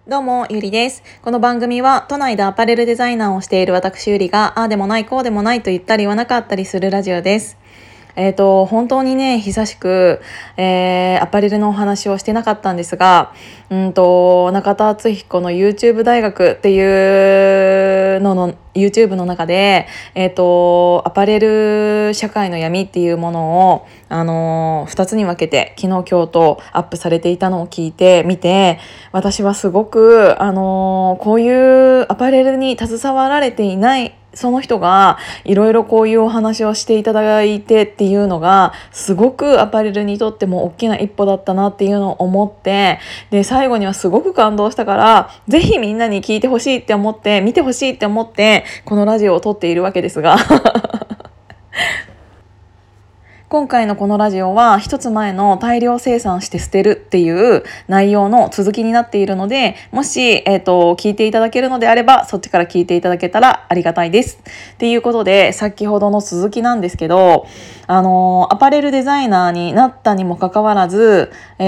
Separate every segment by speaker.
Speaker 1: どうも、ゆりです。この番組は、都内でアパレルデザイナーをしている私ゆりが、ああでもない、こうでもないと言ったり言わなかったりするラジオです。本当にね、久しく、アパレルのお話をしてなかったんですが、中田敦彦の YouTube 大学っていうのの YouTube の中で、アパレル社会の闇っていうものを、2つに分けて昨日今日とアップされていたのを聞いてみて、私はすごく、こういうアパレルに携わられていないその人がいろいろこういうお話をしていただいてっていうのがすごくアパレルにとっても大きな一歩だったなっていうのを思って、で最後にはすごく感動したから、ぜひみんなに聞いてほしいって思って見てほしいって思ってこのラジオを撮っているわけですが今回のこのラジオは一つ前の大量生産して捨てるっていう内容の続きになっているので、もし、聞いていただけるのであればそっちから聞いていただけたらありがたいです。っていうことで、先ほどの続きなんですけど、アパレルデザイナーになったにもかかわらず、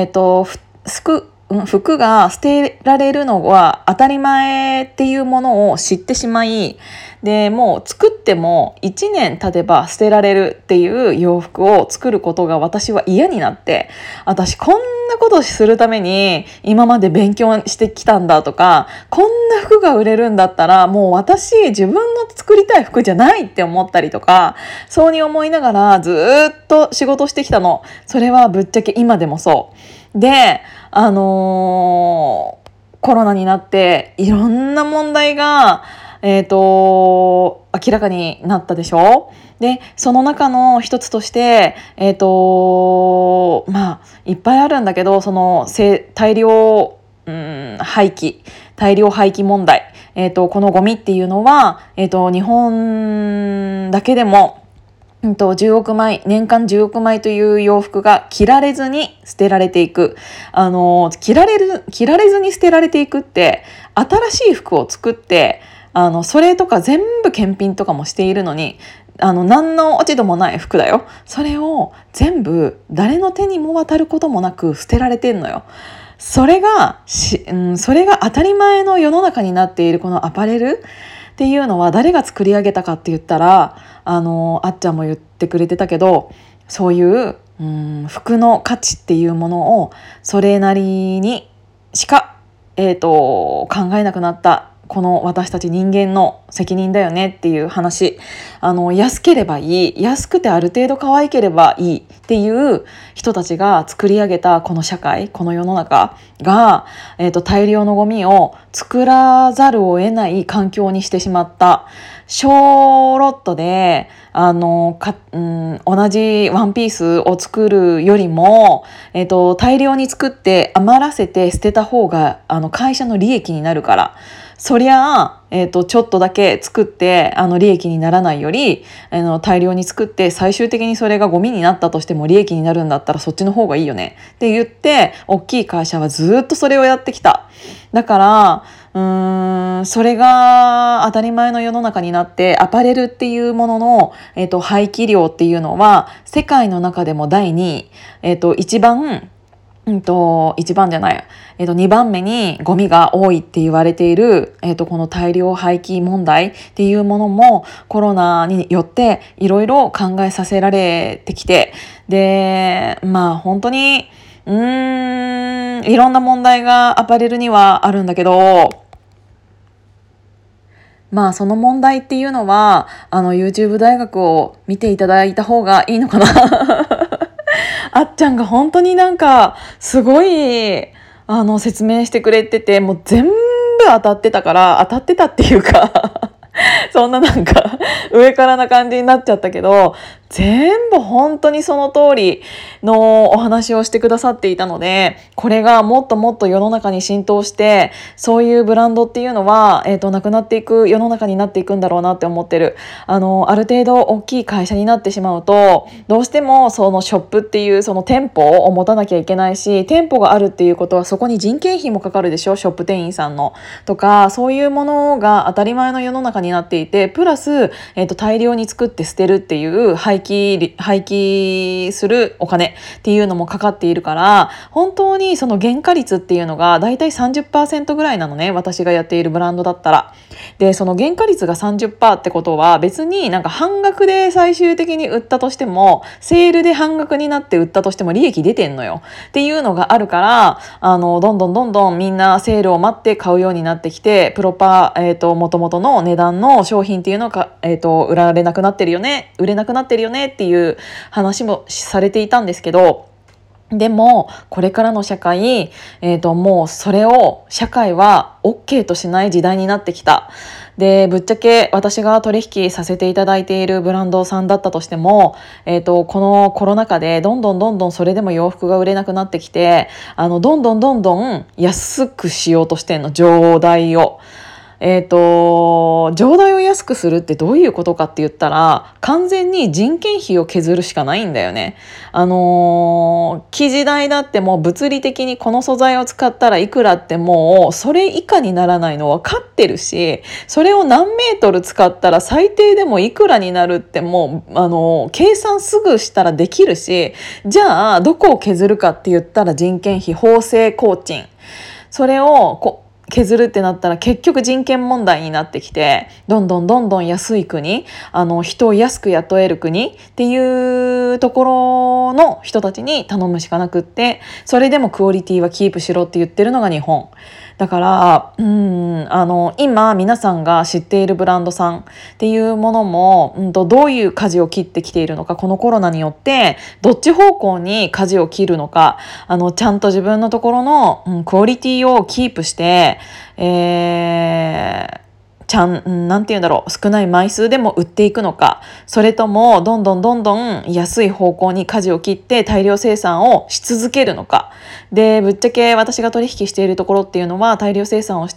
Speaker 1: 服が捨てられるのは当たり前っていうものを知ってしまい、でもう作っても1年経てば捨てられるっていう洋服を作ることが私は嫌になって、私こんなことするために今まで勉強してきたんだとか、こんな服が売れるんだったらもう私自分の作りたい服じゃないって思ったりとか、そうに思いながらずっと仕事してきたの。それはぶっちゃけ今でもそうで、コロナになっていろんな問題が、明らかになったでしょ。でその中の一つとして、いっぱいあるんだけど、その大量廃棄問題、このゴミっていうのは、日本だけでも10億枚、年間10億枚という洋服が着られずに捨てられていく。着られずに捨てられていくって、新しい服を作って、それとか全部検品とかもしているのに、何の落ち度もない服だよ。それを全部誰の手にも渡ることもなく捨てられてんのよ。それが当たり前の世の中になっているこのアパレルっていうのは誰が作り上げたかって言ったら、あっちゃんも言ってくれてたけど、そういう服の価値っていうものをそれなりにしか、考えなくなったこの私たち人間の責任だよねっていう話。安ければいい、安くてある程度可愛ければいいっていう人たちが作り上げたこの社会、この世の中が、大量のゴミを作らざるを得ない環境にしてしまった。小ロットで同じワンピースを作るよりも、大量に作って余らせて捨てた方が会社の利益になるから。そりゃあ、ちょっとだけ作って利益にならないより、大量に作って最終的にそれがゴミになったとしても利益になるんだったらそっちの方がいいよねって言って、大きい会社はずっとそれをやってきた。だからそれが当たり前の世の中になって、アパレルっていうものの、廃棄量っていうのは世界の中でも第2位、一番じゃない、2番目にゴミが多いって言われている、この大量廃棄問題っていうものもコロナによっていろいろ考えさせられてきて、で本当にいろんな問題がアパレルにはあるんだけど、その問題っていうのはYouTube 大学を見ていただいた方がいいのかなあっちゃんが本当にすごい説明してくれてて、もう全部当たってたっていうかそんな上からな感じになっちゃったけど、全部本当にその通りのお話をしてくださっていたので、これがもっともっと世の中に浸透して、そういうブランドっていうのは、なくなっていく世の中になっていくんだろうなって思ってる。ある程度大きい会社になってしまうと、どうしてもそのショップっていうその店舗を持たなきゃいけないし、店舗があるっていうことはそこに人件費もかかるでしょ、ショップ店員さんのとか、そういうものが当たり前の世の中になっていて、プラス、大量に作って捨てるっていう廃棄廃棄するお金っていうのもかかっているから、本当にその原価率っていうのがだいたい 30% ぐらいなのね、私がやっているブランドだったら。でその原価率が 30% ってことは、別になんか半額で最終的に売ったとしても、セールで半額になって売ったとしても利益出てんのよっていうのがあるから、どんどんみんなセールを待って買うようになってきて、プロパ元々の値段の商品っていうのが、売れなくなってるよねっていう話もされていたんですけど、でもこれからの社会、もうそれを社会は OK としない時代になってきた。でぶっちゃけ私が取引させていただいているブランドさんだったとしても、このコロナ禍でどんどんそれでも洋服が売れなくなってきて、どんどん安くしようとしてんの、上代を。上代を安くするってどういうことかって言ったら、完全に人件費を削るしかないんだよね。生地代だってもう物理的にこの素材を使ったらいくらってもうそれ以下にならないの分かってるし、それを何メートル使ったら最低でもいくらになるってもう計算すぐしたらできるし、じゃあどこを削るかって言ったら人件費、縫製工賃、それを削るってなったら結局人権問題になってきて、どんどん安い国、人を安く雇える国っていうところの人たちに頼むしかなくって、それでもクオリティはキープしろって言ってるのが日本だから、今皆さんが知っているブランドさんっていうものも、どういう舵を切ってきているのか、このコロナによってどっち方向に舵を切るのか、ちゃんと自分のところの、クオリティをキープして、なんて言うんだろう、少ない枚数でも売っていくのか、それともどんどん安い方向に舵を切って大量生産をし続けるのか。でぶっちゃけ私が取引しているところっていうのは大量生産をして、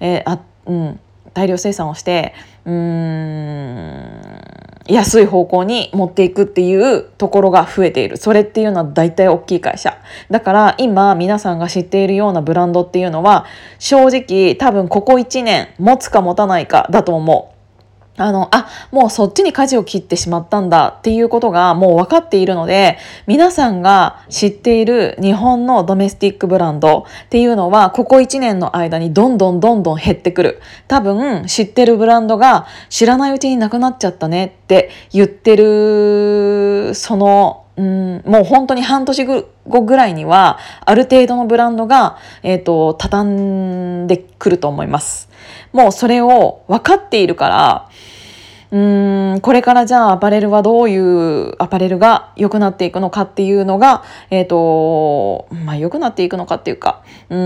Speaker 1: 安い方向に持っていくっていうところが増えている。それっていうのは大体大きい会社だから、今皆さんが知っているようなブランドっていうのは正直多分ここ1年持つか持たないかだと思う。もうそっちに舵を切ってしまったんだっていうことがもう分かっているので、皆さんが知っている日本のドメスティックブランドっていうのはここ1年の間にどんどん減ってくる。多分知ってるブランドが知らないうちになくなっちゃったねって言ってる、もう本当に半年後ぐらいにはある程度のブランドが、畳んでくると思います。もうそれを分かっているから、これからじゃあアパレルはどういうアパレルが良くなっていくのかっていうのが、良くなっていくのかっていうか、ど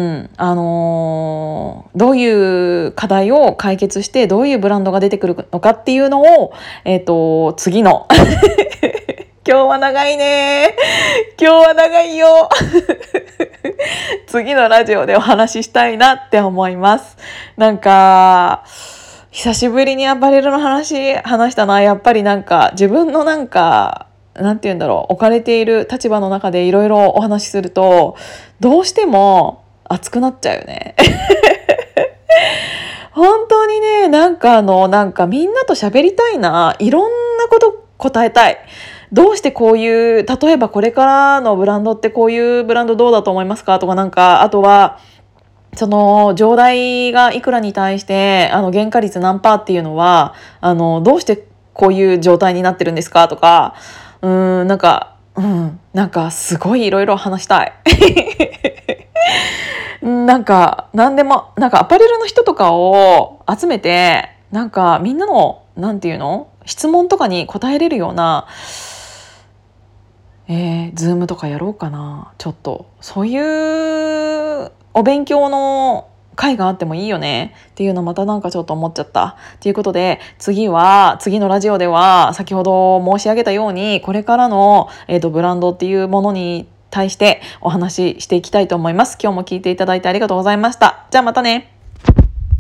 Speaker 1: ういう課題を解決してどういうブランドが出てくるのかっていうのを、次の今日は長いね。今日は長いよ。次のラジオでお話ししたいなって思います。なんか久しぶりにアパレルの話したな。やっぱりなんか自分のなんて言うんだろう、置かれている立場の中でいろいろお話しするとどうしても熱くなっちゃうよね。本当にね、なんかみんなと喋りたいな。いろんなこと答えたい。どうしてこういう、例えばこれからのブランドってこういうブランドどうだと思いますかとか、あとはその上代がいくらに対して原価率何パーっていうのはどうしてこういう状態になってるんですかとか、なんかすごいいろいろ話したい。何でもアパレルの人とかを集めてみんなの質問とかに答えれるようなズームとかやろうかな。ちょっとそういうお勉強の会があってもいいよねっていうのまたちょっと思っちゃったということで、次のラジオでは先ほど申し上げたようにこれからの、ブランドっていうものに対してお話ししていきたいと思います。今日も聞いていただいてありがとうございました。じゃあまたね。